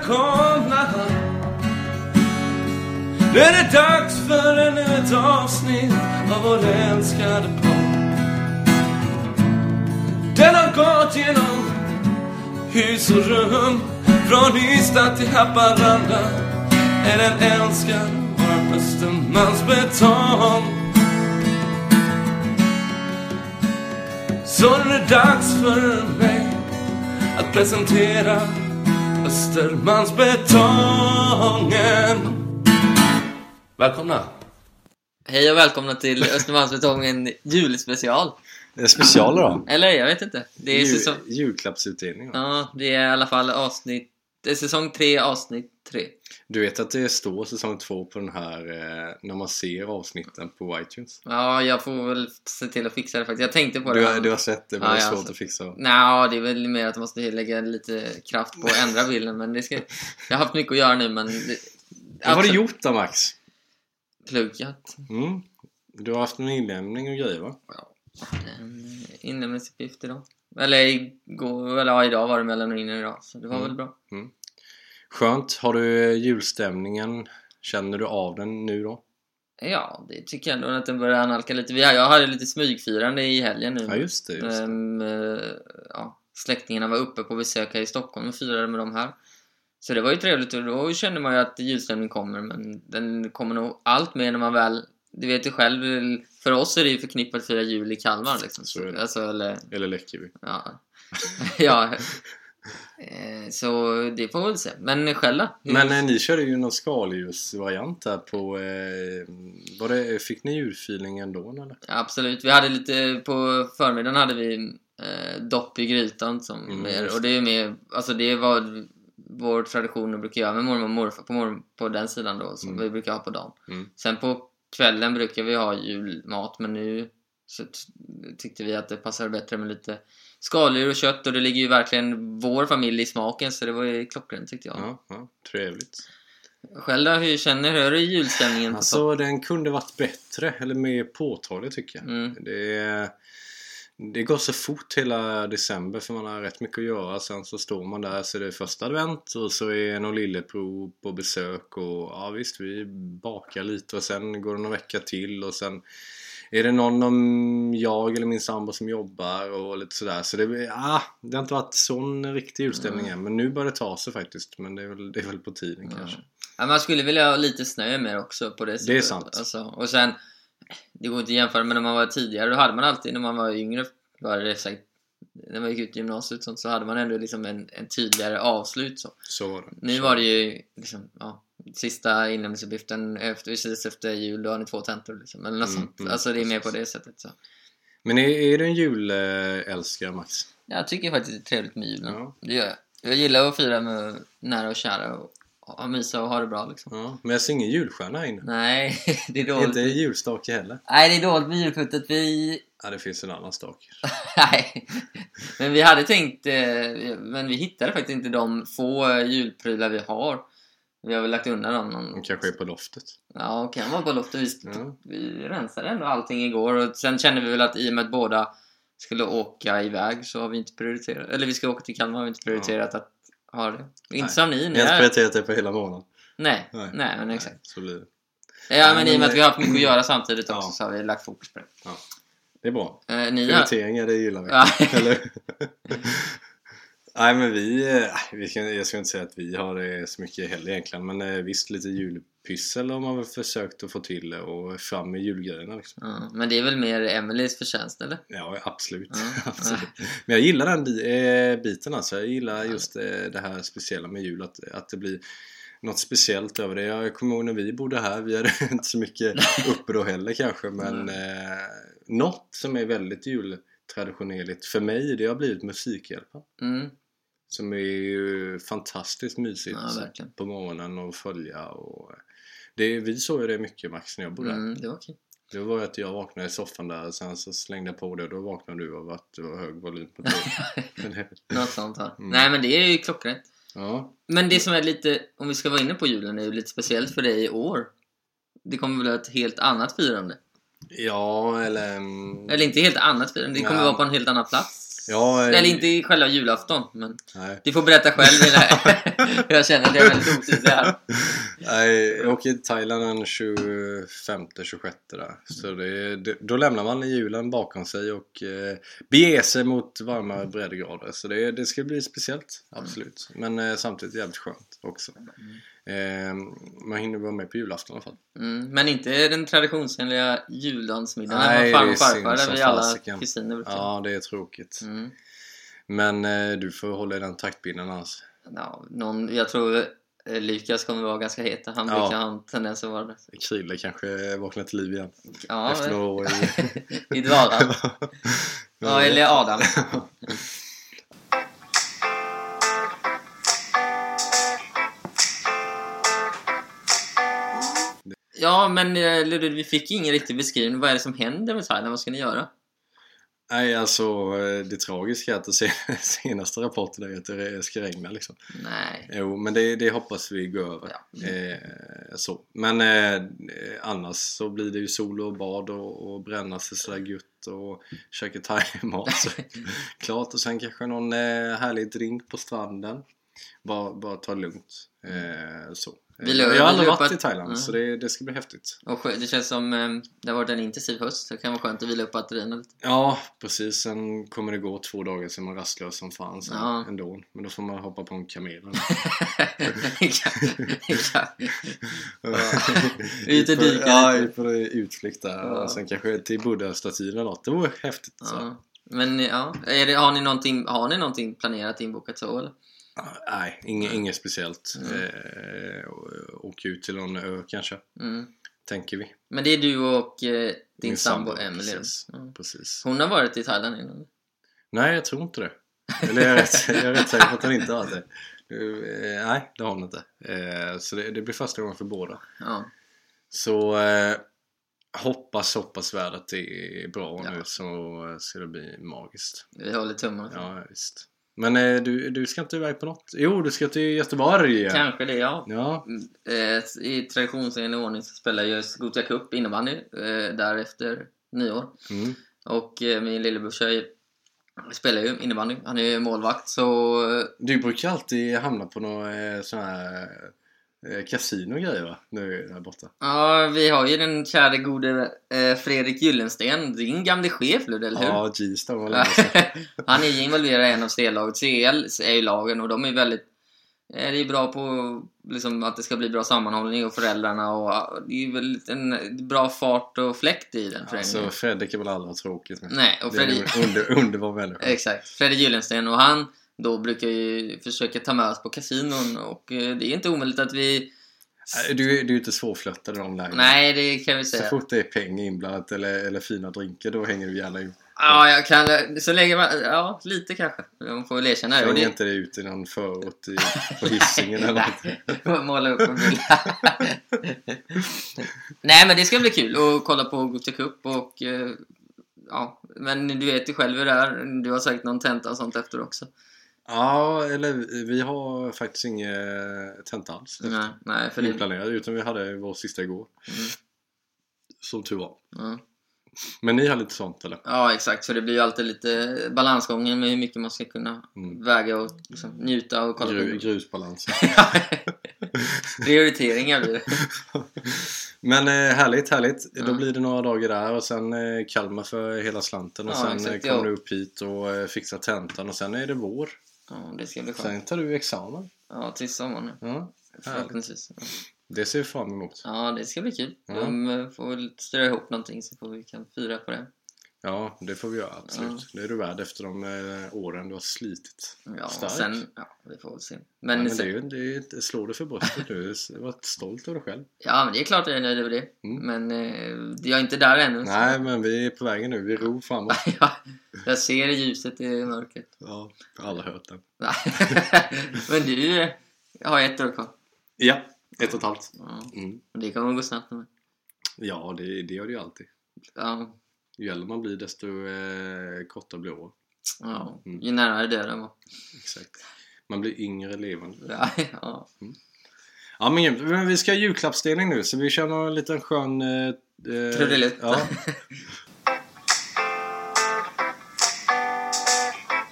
välkomna. Nu är det dags för ännu ett avsnitt av vår älskade podd. Den har gått genom hus och rum, från Ystad till Haparanda. Är den älskad vår Östermalmsbetong. Så nu är det dags för mig att presentera Östermalmsbetongen. Välkomna. Hej och välkomna till Östermalmsbetongen julspecial. Det är specialer då? Eller jag vet inte. Det är julklappsutdelning då. Ja, det är i alla fall avsnitt. Det är säsong 3, avsnitt 3. Du vet att det står säsong 2 på den här när man ser avsnitten på iTunes. Ja, jag får väl se till att fixa det faktiskt. Jag tänkte på det. Du har sett det, men det är svårt att fixa. Nej, det är väl mer att man måste lägga lite kraft på att ändra bilden. Men jag har haft mycket att göra nu, men vad har du gjort då, Max? Pluggat. Du har haft en inlämning och grejer, va? Ja, en inlämningsuppgift idag. Eller idag var det mellan in idag. Så det var väl bra. Skönt. Har du julstämningen? Känner du av den nu då? Ja, det tycker jag ändå att den börjar analka lite. Jag hade lite smygfirande i helgen nu. Ja, just det. Släktingarna var uppe på besök här i Stockholm och firade med dem här. Så det var ju trevligt, och då kände man ju att julstämning kommer. Men den kommer nog allt mer när man väl... Du vet ju själv, för oss är det ju förknippat att fira jul i Kalmar liksom. Så är det. Alltså, eller Läckeby. Ja. Ja. Så det får vi väl se. Men själva. Men ni körde ju någon skaldjursvariant här på... fick ni julfeeling ändå, eller? Ja, absolut. Vi hade lite... På förmiddagen hade vi dopp i grytan som mer. Och det är mer... Alltså det var vår tradition att brukar göra med mormor och morfar på den sidan då. Som vi brukar ha på dagen. Sen på kvällen brukar vi ha julmat. Men nu så tyckte vi att det passade bättre med lite skaldjur och kött. Och det ligger ju verkligen vår familj i smaken. Så det var ju klockrent, tyckte jag. Ja, trevligt. Själv då, hur är julstämningen? Alltså den kunde varit bättre. Eller mer påtaglig, tycker jag. Det går så fort hela december, för man har rätt mycket att göra. Sen så står man där, så det är första advent och så är någon lillebror på besök. Och ja visst, vi bakar lite och sen går det någon vecka till. Och sen är det någon om jag eller min sambo som jobbar och lite sådär. Så det har inte varit sån riktig julstämning än. Men nu börjar det ta sig faktiskt. Men det är väl på tiden kanske. Ja, man skulle vilja ha lite snö mer också på det sättet. Det är sant. Alltså, och sen, det går inte att jämföra med när man var tidigare. Då hade man alltid, när man var yngre, när man gick ut i gymnasiet så hade man ändå liksom en tydligare avslut. Så var det. Nu var det ju liksom, sista inlämningsuppgiften efter jul, då har ni 2 tentor liksom, eller något sånt. Alltså det är mer på det sättet så. Men är du en julälskare, Max? Jag tycker faktiskt det är trevligt med julen. Ja. Det gör jag. Jag gillar att fira med nära och kära och mysa och ha det bra liksom. Ja, men jag ser ingen julstjärna här inne. Nej, det är dåligt. Inte julstake heller. Nej, det är dåligt med julputtet. Ja, det finns en annan stake. Nej, men vi hade tänkt, men vi hittade faktiskt inte de få julprylar vi har. Vi har väl lagt undan dem. De kanske är på loftet. Ja, kan vara på loftet. Vi rensade ändå allting igår. Och sen kände vi väl att i och med att båda skulle åka iväg så har vi inte prioriterat. Eller vi ska åka till Kalmar, har vi inte prioriterat att ha det. Inte som ni. Ni har inte prioriterat det på hela månaden. Nej, men exakt. Så blir det. Ja, men i och med att vi har haft mycket att göra samtidigt också så har vi lagt fokus på det. Ja, det är bra. Prioriteringar, det gillar vi. Eller? Nej, men jag ska inte säga att vi har det så mycket heller egentligen. Men visst, lite julpyssel har man väl försökt att få till och fram med julgrejerna liksom. Ja, men det är väl mer Emelies förtjänst, eller? Ja, absolut. Absolut. Men jag gillar den biten alltså. Jag gillar just det här speciella med jul, att det blir något speciellt över det. Jag kommer ihåg när vi bodde här, vi hade inte så mycket uppe då heller kanske, men något som är väldigt jultraditionellt för mig, det har blivit Musikhjälpen. Som är ju fantastiskt mysigt på morgonen att följa. Och vi såg ju det mycket, Max, när jag bodde där. Det var okej. Det var att jag vaknade i soffan där, sen så slängde jag på det och då vaknade du av att det var hög volym på det. Något sånt här. Nej, men det är ju klockrent. Ja. Men det som är lite, om vi ska vara inne på julen, är ju lite speciellt för dig i år. Det kommer väl ett helt annat firande? Ja, eller inte helt annat firande. Det kommer vara på en helt annan plats. Ja, eller inte i själva julafton, men nej. Du får berätta själv. Jag känner att jag är väldigt otydlig här. Nej, jag åker till Thailand den 25-26 där. Så då lämnar man julen bakom sig och beger sig mot varma breddgrader. Så det ska bli speciellt, absolut. Men samtidigt jävligt skönt också. Man hinner vara med på julafton i alla fall. Men inte den traditionsenliga juldansmiddagen. Nej, farmor och farfar där vi alla kusiner brukar. Ja, det är tråkigt. Men du får hålla i den taktpinnen alltså. Ja, jag tror Lukas kommer vara ganska het. Han brukar ha en tendens att vara det. Krille kanske vaknar till liv igen. Ja, efter några år i dvalan. Ja, eller Adam. Ja, men vi fick ingen riktig beskrivning. Vad är det som händer med Thailand? Vad ska ni göra? Nej, alltså det tragiska är att det senaste rapporten är att det ska regna liksom. Nej. Jo, men det hoppas vi går över. Ja. Så. Men annars så blir det ju sol och bad och bränna sig sådär gött och käka thai-mat. Så, klart, och sen kanske någon härlig drink på stranden. Bara ta det lugnt. Så. Jag har aldrig varit i Thailand, så det ska bli häftigt. Och det känns som det har varit en intensiv höst. Det kan vara skönt att vila upp batterierna lite. Ja, precis. Sen kommer det gå 2 dagar sen man rastlös som fan sen ändå. Men då får man hoppa på en kamel. Ut och dyka. Ja, ut på utflykt där. Och sen kanske till Buddha-statyn eller något. Det vore häftigt. Så. Men har ni någonting planerat inbokat så eller? Nej, inget speciellt. Åka ut till någon ö kanske. Tänker vi. Men det är du och din sambo Emily. Precis. Hon har varit i Thailand innan? Nej, jag tror inte det. Eller jag är rätt säker på att hon inte har det. Nej, det har hon inte. Så det blir första gången för båda. Ja. Så hoppas väl att det är bra nu, så ska det bli magiskt. Vi håller tummarna. Ja, visst. Men du ska inte iväg på något? Jo, du ska till Göteborg. Kanske det, ja. I traditionsenlig ordning så spelar jag Gothia Cup innebandy därefter nyår. Och min lillebrorsa spelar ju innebandy. Han är ju målvakt, så... Du brukar alltid hamna på någon sån här kasino grejer, va? Nu där borta. Ja, vi har ju den kära gode Fredrik Gyllensten, din gamle chef, eller hur? Ja, G's då. Han är ju involverad i en av C-laget. CL är ju lagen, och de är väldigt... Det är bra på liksom, att det ska bli bra sammanhållning och föräldrarna, och det är väl en bra fart och fläkt i den föreningen. Alltså Fredrik är väl aldrig tråkigt. Nej, och Fredrik... underbar människa. Exakt, Fredrik Gyllensten, och han då brukar ju försöka ta med oss på kasinon, och det är inte omöjligt att vi... Du är ju inte svårflöttad online. Nej, det kan vi säga. Så fort det är pengar inblandat eller fina drinkar, då hänger du gärna in. Ja, jag kan... Så länge man... Ja, lite kanske. Man får väl erkänna det. Slänger inte det ut i någon förort på Hisingen eller något. Måla upp en bild. Nej, men det ska bli kul att kolla på Gothia Cup och... Ja, men du vet ju själv hur det är. Du har säkert någon tenta och sånt efter också. Ja, eller vi har faktiskt inget tenta alls. Nej, för det planerade, utan vi hade vår sista igår. Som tur var. Men ni har lite sånt, eller? Ja, exakt. För det blir ju alltid lite balansgången med hur mycket man ska kunna väga och liksom, njuta och kolla på. Grusbalans. Prioriteringar blir det. Men härligt. Då blir det några dagar där, och sen Kalmar för hela slanten, och sen exakt, kommer du upp hit och fixar tentan, och sen är det vår. Ja, det ska bli skönt. Sen tar du examen. Ja, till sommaren. Ja, förhoppningsvis. Det ser vi fram emot. Ja, det ska bli kul. De får väl styra ihop någonting så vi kan fira på det. Ja, det får vi göra, absolut. Det är du värd efter de åren du har slitit. Ja, stark. Sen, vi får väl se. Men det slår du för bröstet nu. Du var stolt över dig själv. Ja, men det är klart jag är nöjd över det. Men jag är inte där ännu. Nej, men vi är på vägen nu. Vi ror framåt. Ja, jag ser ljuset i mörkret. Ja, jag har aldrig hört den. Men du har 1 år kvar. Ja, 1,5. Det kommer att gå snabbt med. Ja, det gör det ju alltid. Ja. Ju äldre man blir, desto kortare blir år. Ja, ju närmare döden var. Exakt. Man blir yngre levande. Ja. Ja, men vi ska ha julklappsdelning nu, så vi kör en liten skön... Trudelutt. Ja.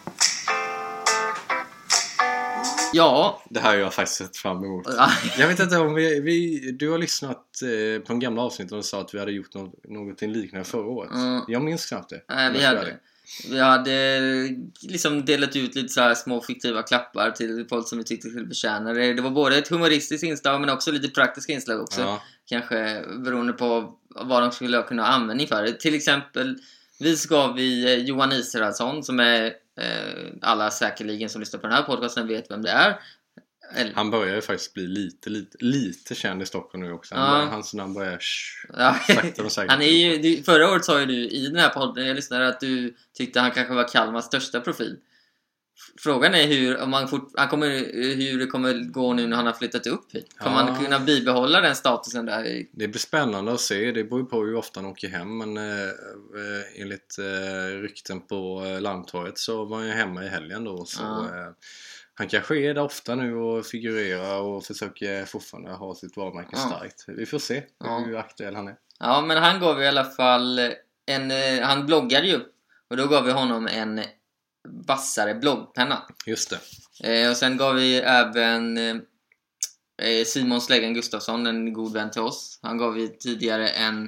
Ja. Det här har jag faktiskt sett fram emot. Jag vet inte om du har lyssnat på de gamla avsnitten och sa att vi hade gjort någonting liknande förra året. Jag minns knappt det. Nej, vi hade liksom delat ut lite så här små fiktiva klappar till folk som vi tyckte skulle förtjäna det. Det var både ett humoristiskt inslag men också lite praktiska inslag också. Ja. Kanske beroende på vad de skulle kunna använda för det. Till exempel gav vi Johan Israelsson som är alla säkerligen som lyssnar på den här podcasten vet vem det är. Han börjar ju faktiskt bli lite känd i Stockholm nu också. Hans namn börjar sakta och säkert. Han är ju, förra året sa ju du i den här podden jag lyssnade att du tyckte han kanske var Kalmars största profil. Frågan är hur det kommer gå nu när han har flyttat upp hit. Kommer han kunna bibehålla den statusen där? Det blir spännande att se. Det beror på hur ofta han åker hem. Men enligt rykten på Landtorget så var han ju hemma i helgen då. Så han kanske är där ofta nu och figurerar och försöker fortfarande ha sitt varumärke starkt. Vi får se hur aktuell han är. Ja, men han gav i alla fall han bloggade ju. Och då gav vi honom en vassare bloggpenna. Just det. Och sen gav vi även Simon Släggan Gustafsson, en god vän till oss. Han gav vi tidigare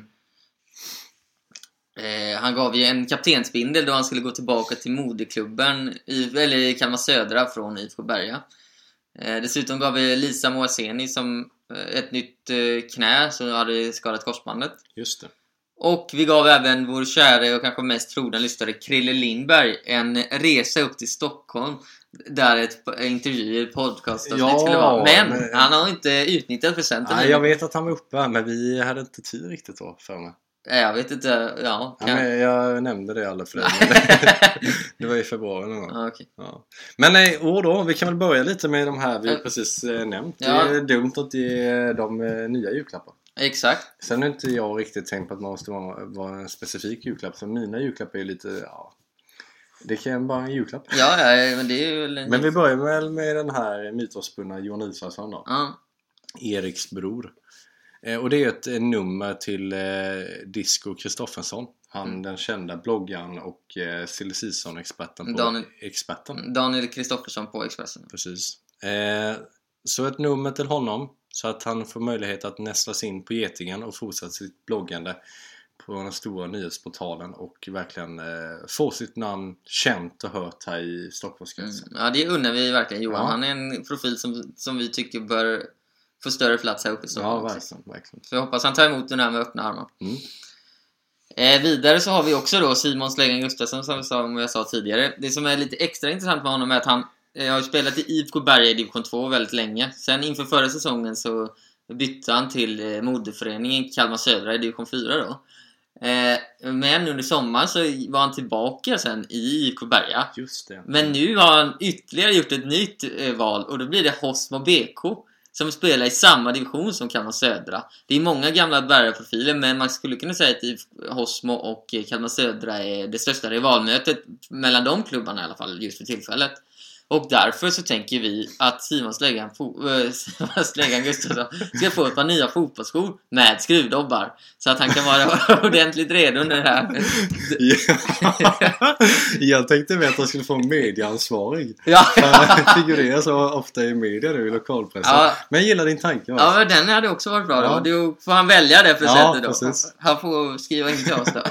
en kaptensbindel då han skulle gå tillbaka till moderklubben i Kalmar Södra från IFK Berga. Dessutom gav vi Lisa Moaseni som ett nytt knä som hade skadat korsbandet. Just det. Och vi gav även vår kära och kanske mest trogna lyssnare Krille Lindberg en resa upp till Stockholm där ett intervju i podcastavsnitt skulle vara. Men han har inte utnyttjat presenten. Nej, jag vet att han var uppe men vi hade inte tid riktigt då för mig. Jag vet inte, men jag nämnde det aldrig för dig. Det var i februari någon gång. Okay. Ja. Men nej, då, vi kan väl börja lite med de här vi precis nämnt. Det är dumt att ge dem nya julklappar. Exakt. Sen är inte jag riktigt tänkt på att man måste vara en specifik julklapp. Så mina julklappar är lite, det kan vara en julklapp. Ja, men det är väl Men vi börjar väl med den här mytomspunna Johan Israelsson då. Eriks bror. Och det är ett nummer till Disco Kristoffersson. Han den kända bloggaren och silly season-experten på Experten. Daniel Kristoffersson på Expressen. Precis. Så ett nummer till honom så att han får möjlighet att nästlas in på Getingen och fortsätta sitt bloggande på den stora nyhetsportalen och verkligen få sitt namn känt och hört här i Stockholmskretsen. Ja, det undrar vi verkligen Johan. Ja. Han är en profil som vi tycker bör få större plats här uppe i Stockholm. Ja, verkligen. Så jag hoppas han tar emot den här med öppna armar. Vidare så har vi också då Simon Släggan Gustafsson som jag sa tidigare. Det som är lite extra intressant med honom är att han har spelat i IFK Berga i division 2 väldigt länge. Sen inför förra säsongen så bytte han till moderföreningen Kalmar Södra i division 4 då. Men under sommaren så var han tillbaka sen i IFK Berga. Just det. Men nu har han ytterligare gjort ett nytt val och då blir det Hosmo BK som spelar i samma division som Kalmar Södra. Det är många gamla Berga-profiler men man skulle kunna säga att Hosmo och Kalmar Södra är det största rivalmötet mellan de klubbarna i alla fall just för tillfället. Och därför så tänker vi att Simon Släggan Gustafsson ska få ett par nya fotbollsskor med skruvdobbar. Så att han kan vara ordentligt redo under det här. Jag tänkte med att han skulle få en medieansvarig. Ja. Figurerar så ofta i media nu i lokalpressen. Ja. Men jag gillar din tanke. Alltså. Ja, den hade också varit bra då. Då får han välja det presentet då. Precis. Han får skriva in till oss då.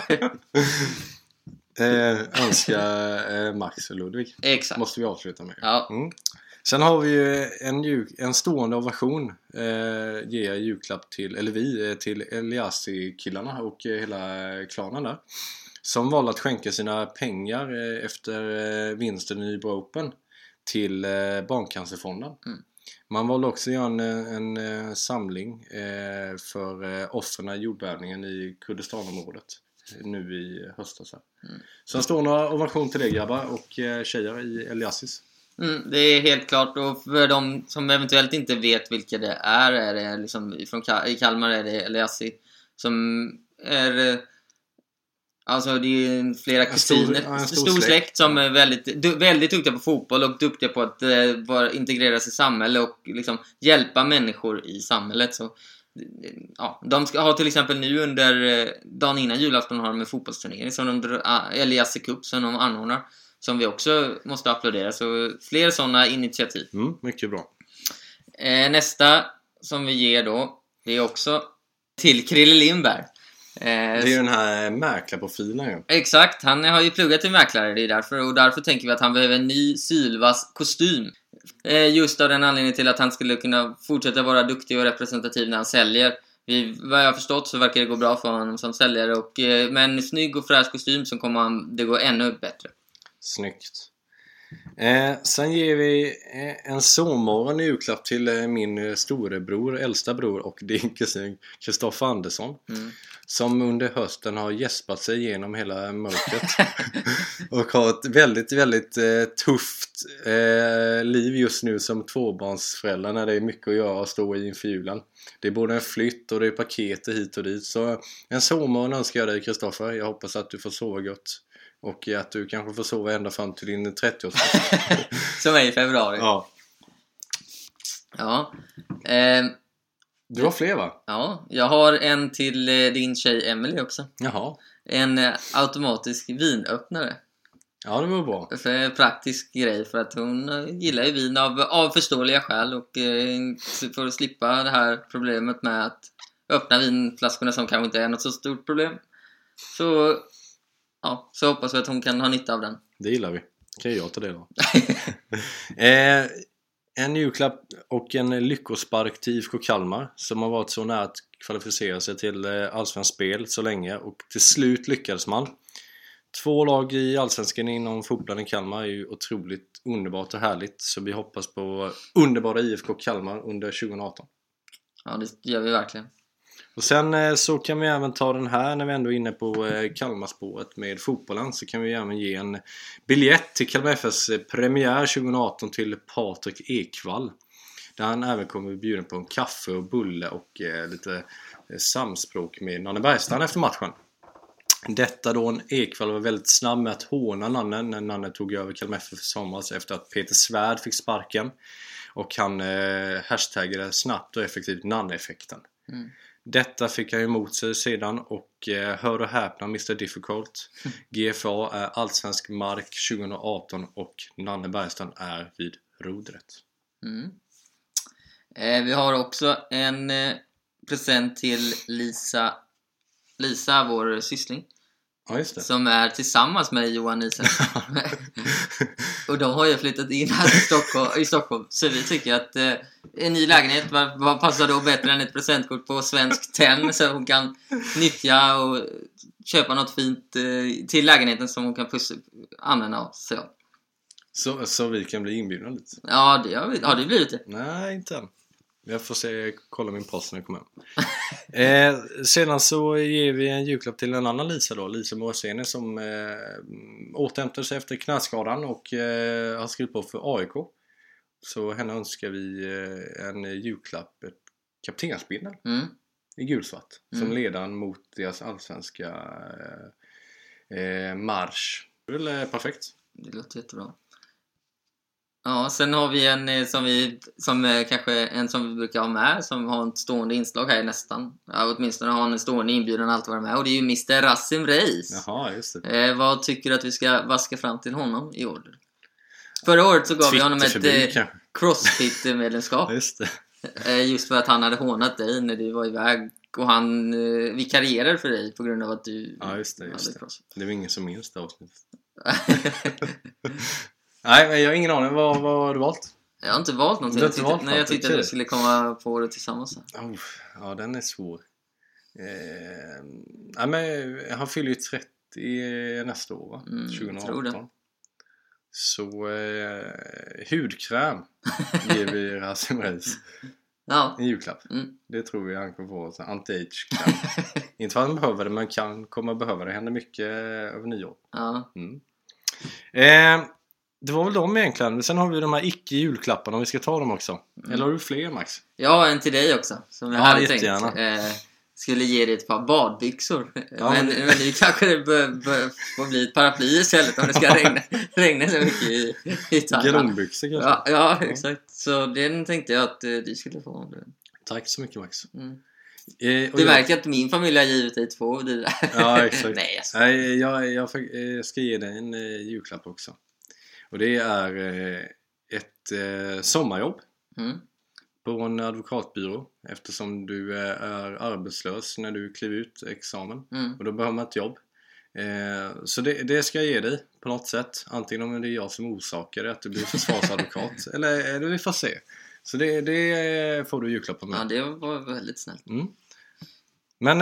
Önskar Max och Ludvig. Exakt. Måste vi avsluta med. Ja. Sen har vi ju en stående ovation ger julklapp till Eliassi-killarna och hela klanen där. Som valde att skänka sina pengar efter vinsten i Nybro Open till Barncancerfonden. Man valde också göra en samling för offren i jordbävningen i Kurdistanområdet nu i höstas här. Så en stående ovation till det grabbar och tjejer i Eliassis. Det är helt klart, och för de som eventuellt inte vet vilka det är det liksom i Kalmar är det Eliassi som är alltså det är flera kusiner, stor släkt som är väldigt duktiga på fotboll och duktiga på att integreras i samhället och liksom hjälpa människor i samhället. Så ja, de ska ha till exempel nu under dagen innan julafton har de en fotbollsturnering som Eliassi Cup som de anordnar. som vi också måste applådera. Så fler sådana initiativ. Mycket bra. Nästa som vi ger då, det är också till Krille Lindberg. Det är ju den här mäklarprofilen ju. Exakt, han har ju pluggat till mäklare, det är därför tänker vi att han behöver en ny sylvass kostym. Just av den anledningen till att han skulle kunna fortsätta vara duktig och representativ när han säljer. Vad jag har förstått så verkar det gå bra för honom som säljare, och med en snygg och fräsch kostym så kommer det gå ännu bättre. Snyggt. Sen ger vi en sovmorgon i julklapp till min storebror, äldsta bror och din kusin Kristoffer Andersson, som under hösten har gäspat sig igenom hela mörkret och har ett väldigt, väldigt tufft liv just nu som tvåbarnsföräldrar, när det är mycket att göra och stå i inför julen. Det är både en flytt och det är paket hit och dit, så en sovmorgon önskar jag dig, Kristoffer. Jag hoppas att du får sova gott. Och att du kanske får sova ända fram till din 30-årsdag. Som är i februari. Ja. Ja. Du har fler, va? Ja, jag har en till din tjej Emily också. Jaha. En automatisk vinöppnare. Ja, det var bra. För praktisk grej, för att hon gillar ju vin av förståeliga skäl. Och för att slippa det här problemet med att öppna vinflaskorna, som kanske inte är något så stort problem. Så hoppas vi att hon kan ha nytta av den. Det gillar vi. Kan jag ta det då? En julklapp och en lyckospark till IFK Kalmar, som har varit så nära att kvalificera sig till allsvensk spel så länge, och till slut lyckades man. 2 lag i allsvenskan inom fotbollen i Kalmar är ju otroligt underbart och härligt, så vi hoppas på underbara IFK Kalmar under 2018. Ja, det gör vi verkligen. Och sen så kan vi även ta den här, när vi ändå är inne på Kalmarspåret med fotbollen, så kan vi även ge en biljett till Kalmar FS premiär 2018 till Patrik Ekvall, där han även kommer att bjuda på en kaffe och bulle och lite samspråk med Nanne Bergstrand efter matchen. Detta då en Ekvall var väldigt snabb med att håna Nanne när Nanne tog över Kalmar FF för sommars efter att Peter Svärd fick sparken, och han hashtaggade snabbt och effektivt Nanne-effekten. Detta fick han emot sig sedan, och hör och häpna, Mr. Difficult. GFA är allsvensk mark 2018 och Nanne Bergstrand är vid rodret. Vi har också en present till Lisa, vår syssling. Ja, just det. Som är tillsammans med Johan Nisen. Och de har ju flyttat in här i Stockholm. Så vi tycker att en ny lägenhet vad passar då bättre än ett presentkort på Svensk Tenn, så hon kan nyttja och köpa något fint till lägenheten som hon kan använda sig av. Så vi kan bli inbjudna lite. Ja, det har det blivit det? Nej, inte än. Jag får kolla min post när jag kommer hem. Sedan så ger vi en julklapp till en annan Lisa då, Lisa Morsene, som återhämtade sig efter knäskadan och har skrivit på för AIK. Så henne önskar vi en julklapp, ett kaptensbindel i gulsvart, som ledaren mot deras allsvenska marsch. Det är väl perfekt. Det låter jättebra. Ja, sen har vi en som vi brukar ha med, som har ett stående inslag här nästan. Ja, åtminstone har han en stående inbjudan alltid vara med, och det är ju Mr. Rasim Reis. Jaha, just det. Vad tycker du att vi ska vaska fram till honom i år? Förra året så gav vi honom ett CrossFit-medlemskap. Just det. Just för att han hade hånat dig när du var iväg, och han vikarierade för dig på grund av att du... Ja, just det. Det var ingen som minns det avsnittet. Nej, men jag har ingen aning. Vad har du valt? Jag har inte valt någonting. Jag tyckte att vi skulle komma på det tillsammans här. Ja, den är svår. Nej, men han fyller ju 30 nästa år, va? 2018. Så hudkräm ger vi Rasim Reis. Ja. En julklapp. Det tror jag han kommer få. Anti-age-kräm. Inte för att han behöver det, men kan komma behöva det. Det händer mycket över nyår. Ja. Det var väl de egentligen. Men sen har vi de här icke-julklapparna, om vi ska ta dem också. Eller har du fler, Max? Ja, en till dig också, som jag hade tänkt. Skulle ge dig ett par badbyxor. Ja, men nu kanske det bör bli ett paraply istället, om det ska regna så mycket i Thailand. Galongbyxor kanske. Ja, exakt. Så den tänkte jag att du skulle få. Tack så mycket, Max. Du märker att min familj har givit dig 2 dyra. Ja, exakt. Nej, jag ska ge dig en julklapp också. Och det är ett sommarjobb på en advokatbyrå, eftersom du är arbetslös när du kliver ut examen och då behöver man ett jobb. Så det ska jag ge dig på något sätt, antingen om det är jag som orsakar det att du blir försvarsadvokat eller vi får se. Så det får du julklapp på mig. Ja, det var väldigt snällt. Men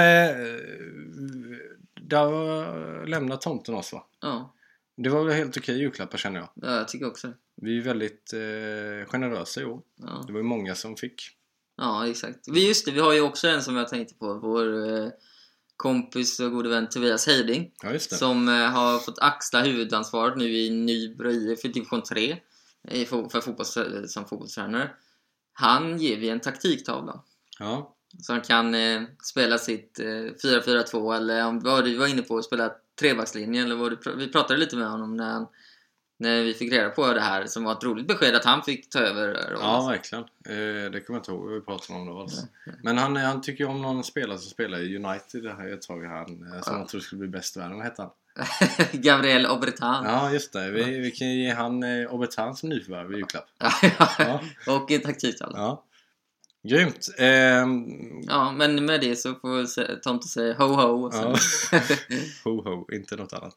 där lämnar tomten oss, va? Ja. Det var väl helt okej julklappar, känner jag. Ja, jag tycker också det. Vi är väldigt generösa i år. Ja. Det var ju många som fick. Ja, exakt. Vi har ju också en som jag tänkte på. Vår kompis och gode vän Tobias Heiding. Ja, just det. Som har fått axla huvudansvaret nu i Nybro IF för division 3 som fotbollstränare. Han ger vi en taktiktavla. Ja. Så han kan spela sitt 4-4-2 eller om du var inne på att spela trebackslinjen eller vi pratade lite med honom när vi fick reda på det här, som var ett roligt besked att han fick ta över rollen. Ja, verkligen. Det kommer jag inte ihåg vad vi pratade om då alltså. Men han tycker om någon spelare som spelar i United det här ett tag, som han tror skulle bli bäst värd. Vad heter han? Gabriel Obertan. Ja, just det. Vi kan ge han Obertan som nyförvärv i julklapp. Ja. Och en taktiktavla. Ja. Grymt. Ja, men med det så får Tomte säga ho ho. Och sen... Ho ho, inte något annat.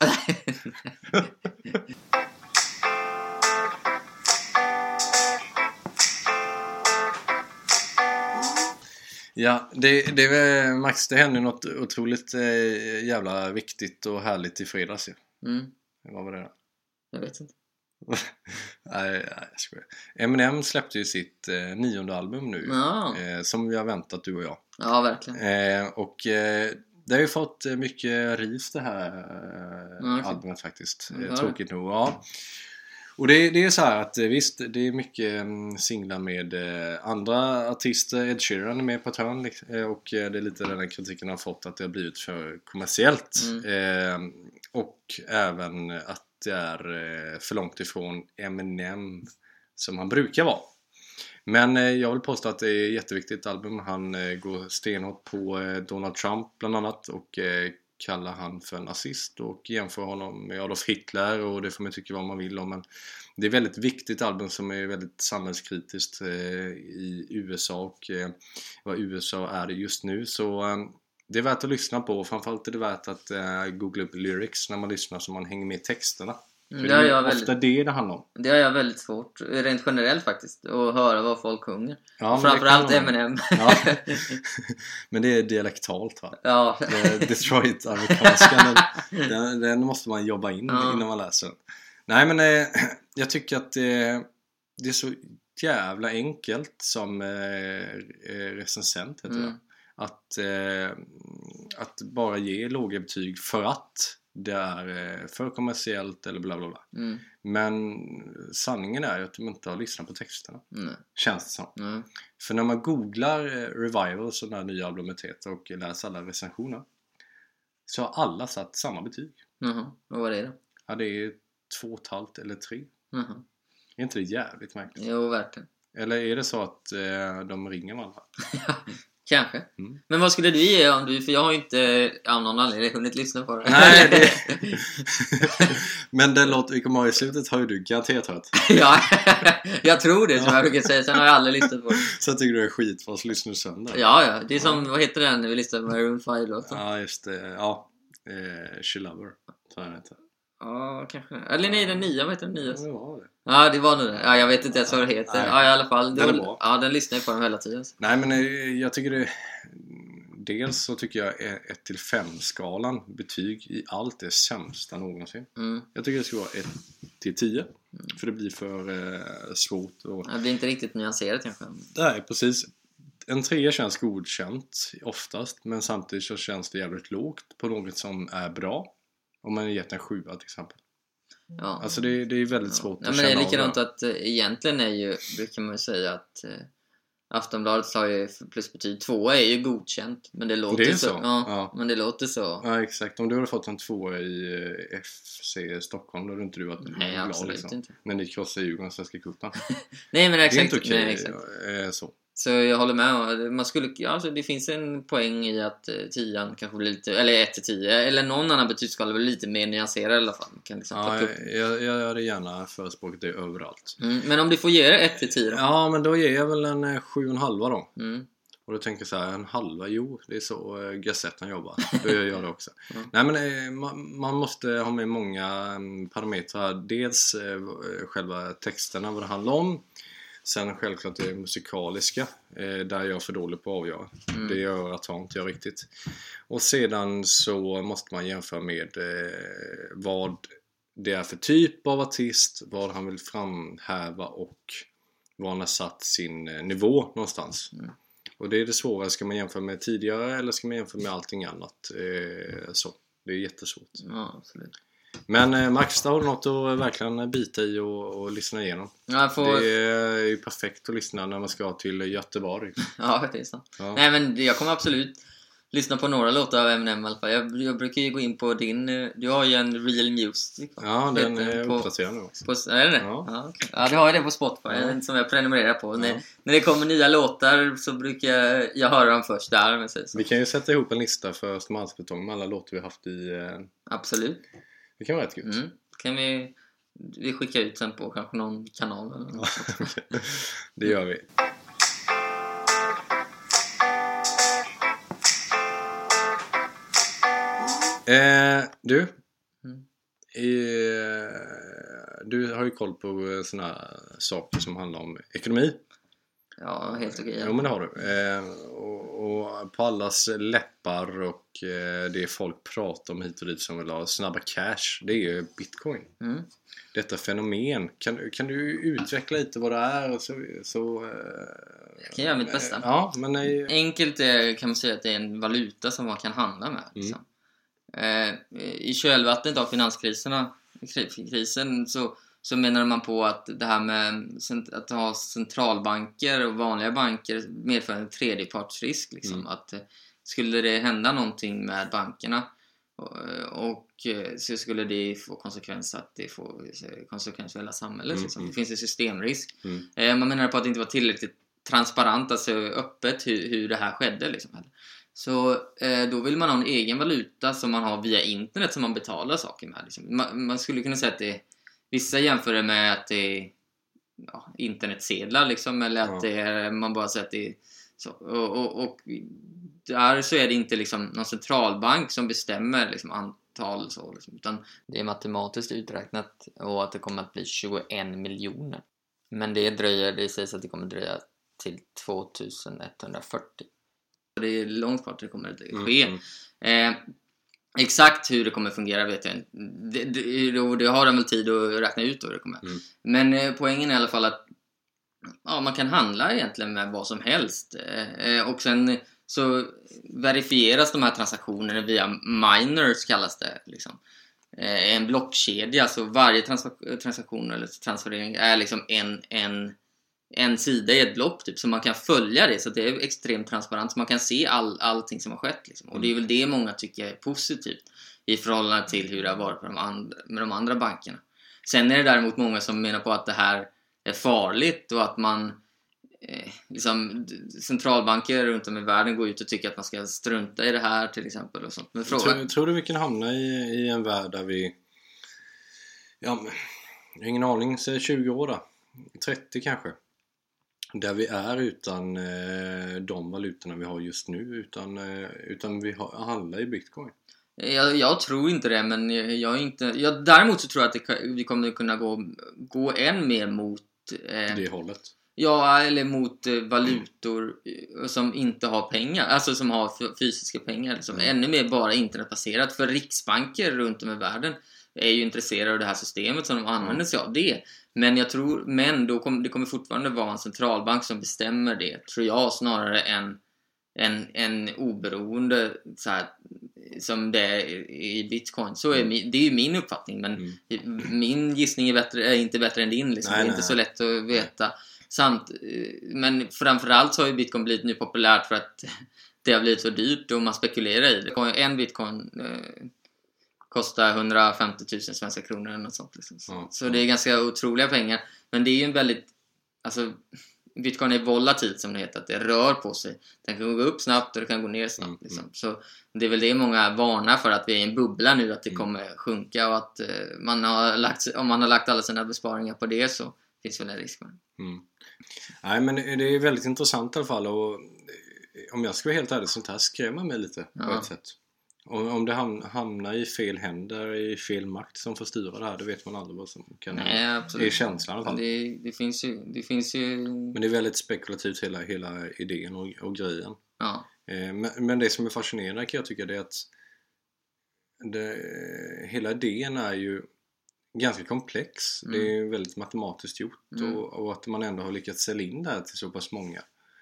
Ja, Max, det hände något otroligt jävla viktigt och härligt i fredags ju. Vad var det då? Jag vet inte. Nej, jag skojar. Eminem släppte ju sitt 9:e album nu. Som vi har väntat, du och jag. Ja, verkligen. Och det har ju fått mycket ris det här albumet faktiskt. Tråkigt nog, ja. Och det är så här att visst, det är mycket singlar med andra artister. Ed Sheeran är med på ett hörn och det är lite den kritiken har fått, att det har blivit för kommersiellt. Och även att det är för långt ifrån Eminem som han brukar vara. Men jag vill påstå att det är ett jätteviktigt album. Han går stenhårt på Donald Trump bland annat och kallar han för nazist och jämför honom med Adolf Hitler, och det får man tycka vad man vill om, men det är ett väldigt viktigt album som är väldigt samhällskritiskt i USA och vad USA är det just nu, så det är värt att lyssna på, och framförallt är det värt att googla upp lyrics när man lyssnar så man hänger med i texterna. Det är ofta det handlar om. Det har jag väldigt svårt, rent generellt faktiskt, att höra vad folk sjunger. Ja, framförallt Eminem. Ja. Men det är dialektalt, va? Ja. Detroit-amerikanska. Den måste man jobba in innan man läser. Nej, men jag tycker att det är så jävla enkelt som recensent heter det. Att bara ge låga betyg för att det är för kommersiellt eller bla bla bla. Men sanningen är ju att de inte har lyssnat på texterna. Känns det som. För när man googlar Revival, så där nya albumet heter, och läser alla recensioner, så har alla satt samma betyg. Vad var det då? Ja, det är 2,5 eller 3. Är inte det jävligt märkligt? Jo, verkligen. Eller är det så att de ringer varandra? Kanske. Men vad skulle du ge om du... För jag har ju inte av någon anledning hunnit lyssna på det. Nej, men den låt vi kommer ha i slutet har ju du garanterat hört. Ja, jag tror det, som jag brukar säga. Sen har jag aldrig lyssnat på det. Så jag tycker du är skit för oss lyssnar sönder. Ja. Det är som, vad heter den när vi lyssnar på Maroon 5-låten? Ja, just det. Ja. She Lover, tror jag det heter. Ja, kanske. Eller nej, den nya, vad heter den nya? Ja, det var det. Ja, det var nog det. Ja, jag vet inte ens vad det heter. Nej. Ja, i alla fall. Den är bra. Ja, den lyssnar jag på den hela tiden. Nej, men jag tycker det... Dels så tycker jag 1-5-skalan betyg i allt är sämsta någonsin. Jag tycker det ska vara 1-10. För det blir för svårt. Och... Det blir inte riktigt nyanserat kanske. Nej, precis. En 3 känns godkänt oftast. Men samtidigt så känns det jävligt lågt på något som är bra. Om man gett en 7 till exempel. Ja. Alltså det är väldigt svårt att men känna. det är likadant att egentligen är ju, brukar man ju säga att Aftonbladet har ju plusbetyg 2 är ju godkänt, men det låter det är så. Ja. Men det låter så. Ja, exakt. Om du hade fått en 2 i FC Stockholm, då hade inte du varit Nej, glad absolut liksom. inte. Men ni krossar Djurgården Svenska cupen. Nej, men exakt. Det är inte okej så. Så jag håller med. Man skulle, alltså det finns en poäng i att 10 kanske blir lite, eller 1-10 eller någon annan betygsskala blir lite mer nyanserad i alla fall. Kan liksom jag hade gärna förespråkat det överallt. Men om du får ge det 1-10 då? Ja, men då ger jag väl en 7,5 då. Och då tänker jag så här, en halva, jo, det är så Gazetten jobbar. Då gör jag det också. Nej, men man måste ha med många parametrar. Dels själva texterna, vad det handlar om. Sen självklart det musikaliska, där jag är för dålig på att avgöra. Det tar inte jag riktigt. Och sedan så måste man jämföra med vad det är för typ av artist, vad han vill framhäva och var han har satt sin nivå någonstans. Och det är det svåra, ska man jämföra med tidigare eller ska man jämföra med allting annat? Så, det är jättesvårt. Ja, absolut. Men Max, har du något att verkligen bita i och lyssna igenom? Ja, det är ju perfekt att lyssna när man ska till Göteborg. Ja, det är sant. Ja. Nej, men jag kommer absolut lyssna på några låtar av Eminem i alla fall. Jag brukar ju gå in på din... Du har ju en Real Music. Ja, den är uppdaterad nu också. Är det? Ja. Okay. Ja, det har jag det på Spotify som jag prenumererar på. När det kommer nya låtar så brukar jag höra dem först där. Men så. Vi kan ju sätta ihop en lista för Östermalmsbetong med alla låtar vi har haft i... Absolut. Det kan vara rätt kul. Kan vi skicka ut sen på kanske någon kanal eller något. Det gör vi. Du du har ju koll på såna här saker som handlar om ekonomi. Ja, helt okej. Jo, men det har du. Och på allas läppar och det folk pratar om hit och dit som vill ha snabba cash, det är ju Bitcoin. Detta fenomen. Kan du utveckla lite vad det är? Jag kan göra mitt bästa. Ja, men enkelt kan man säga att det är en valuta som man kan handla med. Liksom. I kölvattnet av krisen så menar man på att det här med att ha centralbanker och vanliga banker medför en tredjepartsrisk. Liksom. Att skulle det hända någonting med bankerna och så skulle det få konsekvens att det får konsekvens för hela samhället. Liksom. Det finns en systemrisk. Man menar på att det inte var tillräckligt transparent, alltså öppet hur det här skedde. Liksom. Så då vill man ha en egen valuta som man har via internet som man betalar saker med. Liksom. Man skulle kunna säga att vissa jämför det med att det är internetsedlar liksom, eller att det är, man bara säger att det är så. Och där så är det inte liksom någon centralbank som bestämmer liksom antal så, liksom, utan det är matematiskt uträknat och att det kommer att bli 21 miljoner. Men det sägs att det kommer dröja till 2140. Det är långt kvar till det kommer att ske. Exakt hur det kommer fungera vet jag inte. Det har de väl tid att räkna ut hur det kommer. Men poängen är i alla fall att man kan handla egentligen med vad som helst. Och sen så verifieras de här transaktionerna via miners kallas det. Liksom. En blockkedja. Så varje transaktion eller transferering är liksom en sida i ett block typ, så man kan följa det så att det är extremt transparent så man kan se allting som har skett liksom. Och det är väl det många tycker är positivt i förhållande till hur det har varit med de andra bankerna. Sen är det däremot många som menar på att det här är farligt och att man liksom, centralbanker runt om i världen går ut och tycker att man ska strunta i det här till exempel och sånt. Men tror du vi kan hamna i en värld där vi jag har ingen aning, så 20 år då, 30 kanske, där vi är utan de valutorna vi har just nu, utan vi handlar i Bitcoin. Jag tror inte det, men däremot så tror jag att vi kommer kunna gå än mer mot det hållet. Ja, eller mot valutor som inte har pengar, alltså som har fysiska pengar, liksom. Ännu mer bara internetbaserat, för riksbanker runt om i världen är ju intresserade av det här systemet som de använder sig av det. Men jag tror, det kommer fortfarande vara en centralbank som bestämmer det, tror jag, snarare än en oberoende så här, som det är i Bitcoin. Så det är ju min uppfattning, men min gissning är inte bättre än din liksom. Det är inte så lätt att veta. Men framförallt så har ju Bitcoin blivit nu populärt för att det har blivit så dyrt och man spekulerar i det. En Bitcoin kostar 150 000 svenska kronor eller något sånt liksom. Så det är ganska otroliga pengar. Men det är ju en väldigt, alltså Bitcoin är volatilt som det heter, att det rör på sig. Den kan gå upp snabbt och det kan gå ner snabbt liksom. Så det är väl det många varnar för, att vi är i en bubbla nu, att det kommer sjunka, och att om man har lagt alla sina besparingar på det, så finns väl en risk med. Nej, men det är väldigt intressant i alla fall, och om jag ska vara helt ärlig, sånt här skrämmer mig lite på ett sätt. Och om det hamnar i fel händer, i fel makt som får styra det här, då vet man aldrig vad som kan hända. Det är känslan i alla fall. Det finns ju... Men det är väldigt spekulativt hela idén och grejen. Ja. Men det som är fascinerande kan jag tycka, det är att hela idén är ju ganska komplex. Det är väldigt matematiskt gjort, och att man ändå har lyckats sälja in det här till så pass många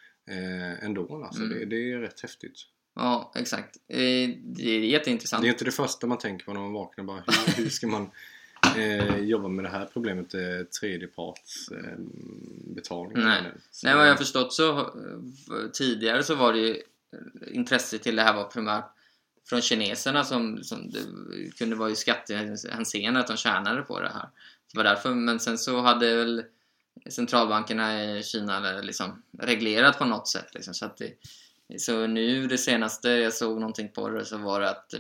ändå. Alltså det är rätt häftigt. Ja, exakt. Det är jätteintressant. Det är inte det första man tänker på när man vaknar. Bara, hur ska man jobba med det här problemet, tredjeparts betalning? Nej, vad jag har förstått så tidigare så var det ju intresse till det här var primärt från kineserna, som det kunde vara i skattehänseende att de tjänade på det här. Det var därför, men sen så hade väl centralbankerna i Kina liksom reglerat på något sätt liksom, så att så nu det senaste jag såg någonting på det, så var det att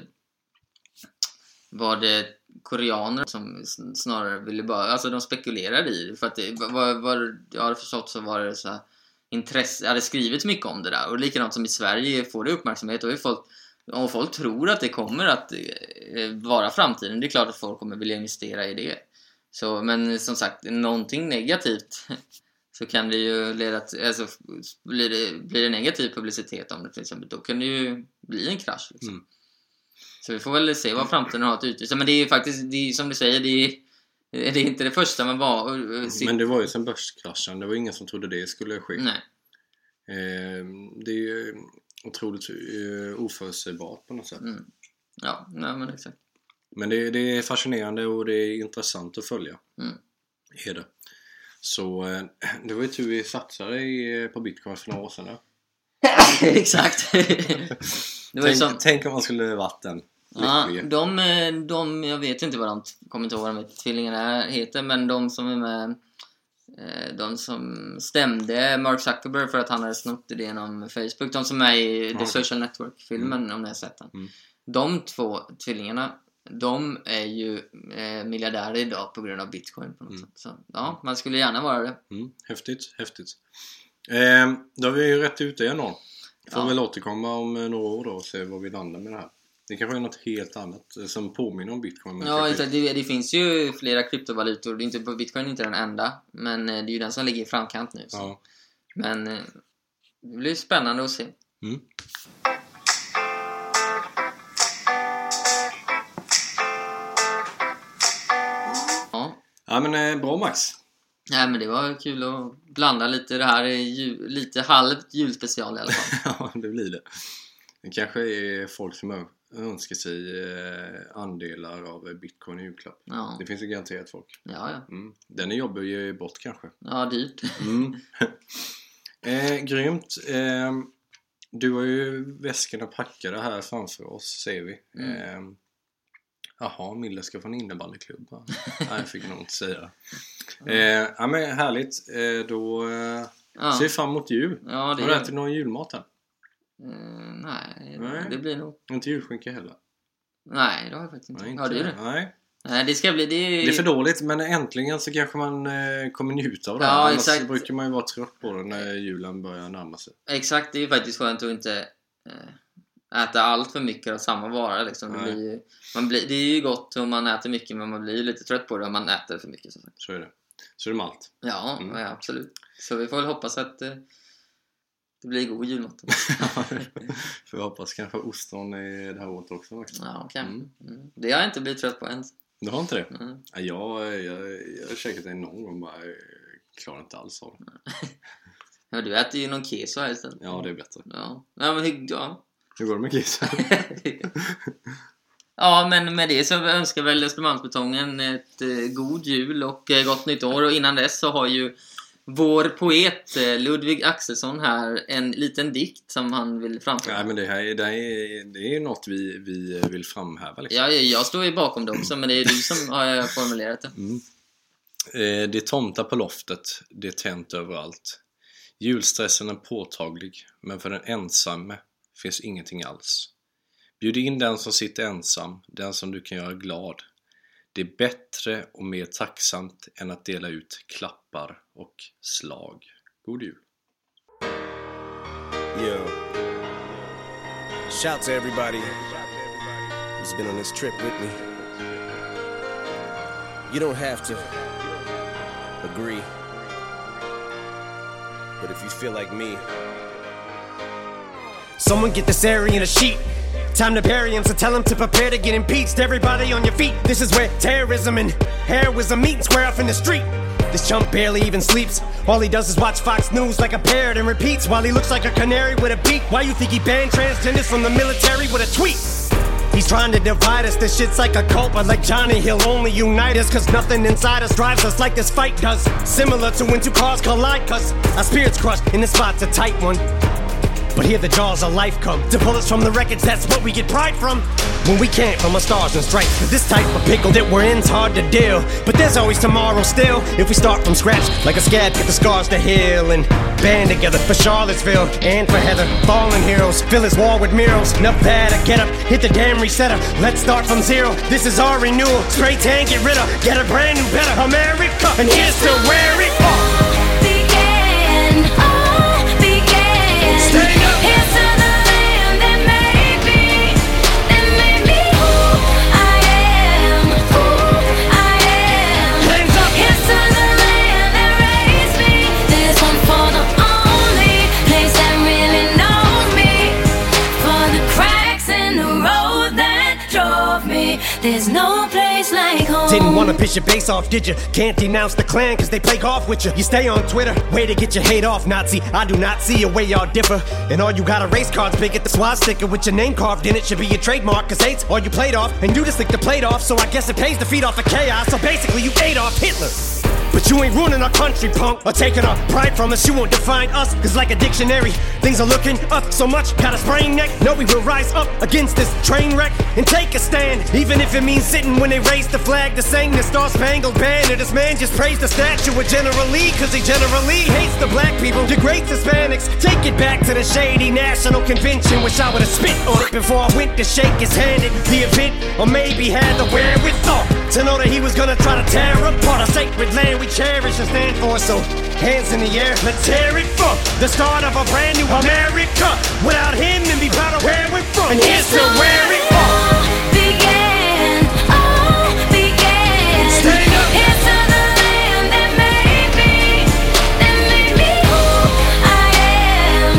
var det koreaner som snarare ville bara, alltså de spekulerade i det, för att det var jag har förstått så var det så här intresse, hade skrivits mycket om det där, och likadant som i Sverige får det uppmärksamhet, och om folk tror att det kommer att vara framtiden, det är klart att folk kommer vilja investera i det. Så, men som sagt, någonting negativt så kan det ju leda till, alltså blir det negativ publicitet om det till exempel, då kan det ju bli en krasch liksom. Så vi får väl se vad framtiden har att utnyttja. Men det är ju faktiskt, det är, som du säger, det är inte det första man var. Men det var ju sen börskraschen, det var ingen som trodde det skulle ske. Nej. Det är ju otroligt oförutsägbart på något sätt. Ja, nej, men exakt. Men det är fascinerande och det är intressant att följa. Är det. Så det var ju tur vi satsade på Bitcoin för några år sedan. Exakt. Det var tänk om man skulle varit den. Ja, de jag vet inte vad de kommer inte ihåg vad de tvillingarna heter, men de som är med, de som stämde Mark Zuckerberg för att han hade snott idén om Facebook, de som är i The Social Network-filmen, om ni har sett den. De två tvillingarna, de är ju miljardärer idag på grund av Bitcoin på något sätt. Så ja, man skulle gärna vara det. Häftigt. Då har vi ju rätt ut det igen då. Får väl återkomma om några år då och se vad vi landar med det här. Det kanske är något helt annat som påminner om Bitcoin. Ja, det finns ju flera kryptovalutor. Det är inte, Bitcoin är inte den enda, men det är ju den som ligger i framkant nu. Så. Ja. Men det blir spännande att se. Ja, men bra Max. Nej, men det var kul att blanda lite. Det här är lite halvt julspecial i alla fall. Ja, det blir det. Det kanske är folk som önskar sig andelar av Bitcoin i julklapp. Ja. Det finns ju garanterat folk. Ja. Den är jobbig att ge bort kanske. Ja, dyrt. Grymt. Du har ju väskorna packade här framför oss, ser vi. Jaha, Mille ska få en innebandyklubb. Nej, jag fick nog inte säga. Ja, men härligt. Då ser vi fram emot jul. Ja, har du ätit någon julmat här? Nej, det blir nog. Inte julskinka heller? Nej, det har jag faktiskt inte. Har du det? Nej, det ska bli... Det är för dåligt, men äntligen så kanske man kommer njuta av det. Ja, exakt. Annars brukar man ju vara trött på det när julen börjar närma sig. Exakt, det är ju faktiskt skönt att inte... äta allt för mycket av samma vara liksom. Det är ju gott om man äter mycket, men man blir lite trött på det om man äter för mycket. Så är det. Så är det malt. Ja, absolut. Så vi får väl hoppas att det blir god julmat. För jag hoppas kanske ostron i det här året också. Ja, kanske. Det har jag inte blivit trött på ens. Du har inte det? Ja, jag har käkat det någon gång, bara klarar inte alls av det. Ja, du äter ju någon keso här istället. Ja, det är bättre. Ja, men hur går det med keso? Ja, men med det så önskar väl Östermalmsbetongen ett god jul och gott nytt år. Och innan dess så har ju vår poet Ludvig Axelsson här en liten dikt som han vill framföra. Ja, men det är något vi vill framhäva liksom. Ja, jag står ju bakom det också, men det är du som har formulerat det. Det är tomtar på loftet, det är tänt överallt. Julstressen är påtaglig, men för den ensamme finns ingenting alls. Bjud in den som sitter ensam, den som du kan göra glad. Det är bättre och mer tacksamt än att dela ut klappar och slag. God jul! Yo. Shout to everybody who's been on this trip with me. You don't have to agree, but if you feel like me, someone get this area in a sheet. Time to bury him, so tell him to prepare to get impeached. Everybody on your feet. This is where terrorism and heroism meet and square off in the street. This chump barely even sleeps. All he does is watch Fox News like a parrot and repeats while he looks like a canary with a beak. Why you think he banned transgenders from the military with a tweet? He's trying to divide us, this shit's like a cult. But like Johnny, he'll only unite us, cause nothing inside us drives us like this fight does. Similar to when two cars collide, cause our spirits crushed and this spot's a tight one. But here the jaws of life come to pull us from the wreckage, that's what we get pride from. When we can't from our stars and stripes, cause this type of pickle that we're in's hard to deal. But there's always tomorrow still, if we start from scratch. Like a scab, get the scars to heal and band together for Charlottesville and for Heather. Fallen heroes, fill his wall with murals. Enough bad to get up, hit the damn resetter. Let's start from zero, this is our renewal. Spray tan, get rid of, get a brand new better America. And here's to where it all began. Stand up. Here's to the land that made me who I am, Hands up. Here's to the land that raised me. This one for the only place that really knows me. For the cracks in the road that drove me. There's no place like home. Didn't wanna piss your base off, did you? Can't denounce the clan cause they play golf with you. You stay on Twitter, way to get your hate off, Nazi. I do not see a way y'all differ. And all you got are race cards big at the swastika with your name carved in it should be your trademark. Cause hate's all you played off, and you just licked the plate off. So I guess it pays to feed off of chaos. So basically you ate off Hitler. But you ain't ruining our country, punk, or taking our pride from us. You won't define us, cause like a dictionary, things are looking up so much, got a sprained neck. No, we will rise up against this train wreck and take a stand, even if it means sitting when they raise the flag to sing the Star-Spangled Banner. This man just praised the statue of General Lee, cause he generally hates the black people, degrades Hispanics. Take it back to the shady National Convention. Wish I would've spit on it before I went to shake his hand at the event, or maybe had the wherewithal to know that he was gonna try to tear apart our sacred land we cherish and stand for. So hands in the air, let's tear it for the start of a brand new America. Without him and be proud of where we're from. And here's to where it all began. Stand up. Here's to the land that made me who I am,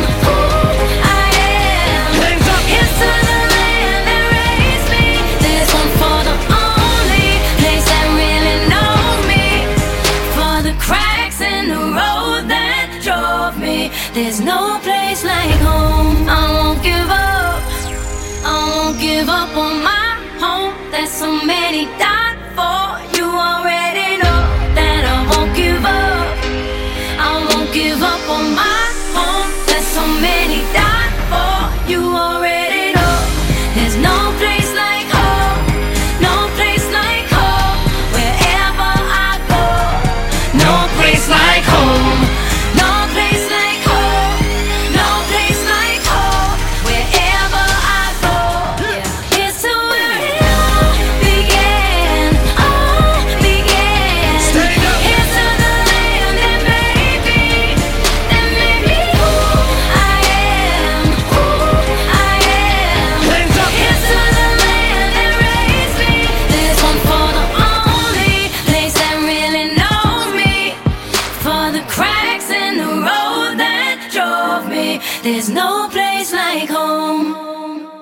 Hands up. Here's to the land that raised me. This one for the only place that really knows me. For the cracks in the road that drove me. There's no place like home. I won't give up. I won't give up on my home that so many died for. You already know that I won't give up. I won't give up on my home that so many died for. You already know there's no place like home. No place like home. Wherever I go, no place like home. No place like home. No place like home. Wherever I go, yeah. It's to where it all began. All began. Stand up. Here's to the land that made me who I am, Hands up. Here's to the land that raised me. This one for the only place that really knows me. For the cracks in the road that drove me. There's no place like home.